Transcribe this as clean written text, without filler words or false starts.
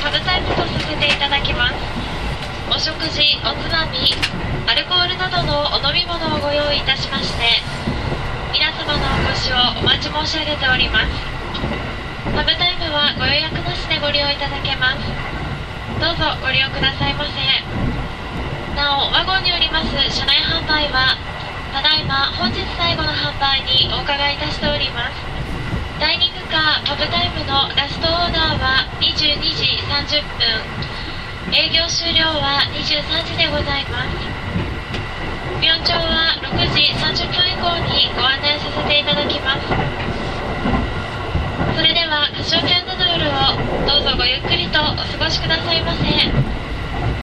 パブタイムとさせていただきます。お食事、おつまみ、アルコールなどのお飲み物をご用意いたしまして、皆様のお越しをお待ち申し上げております。パブタイムはご予約なしでご利用いただけます。どうぞご利用くださいませ。なお、ワゴンによります車内販売は、ただいま本日最後の販売にお伺いいたしております。ダイニングカーパブタイムのラストオーダーは22時30分、営業終了は23時でございます。病長は6時30分以降にご案内させていただきます。それではカシオペアなの夜をどうぞごゆっくりとお過ごしくださいませ。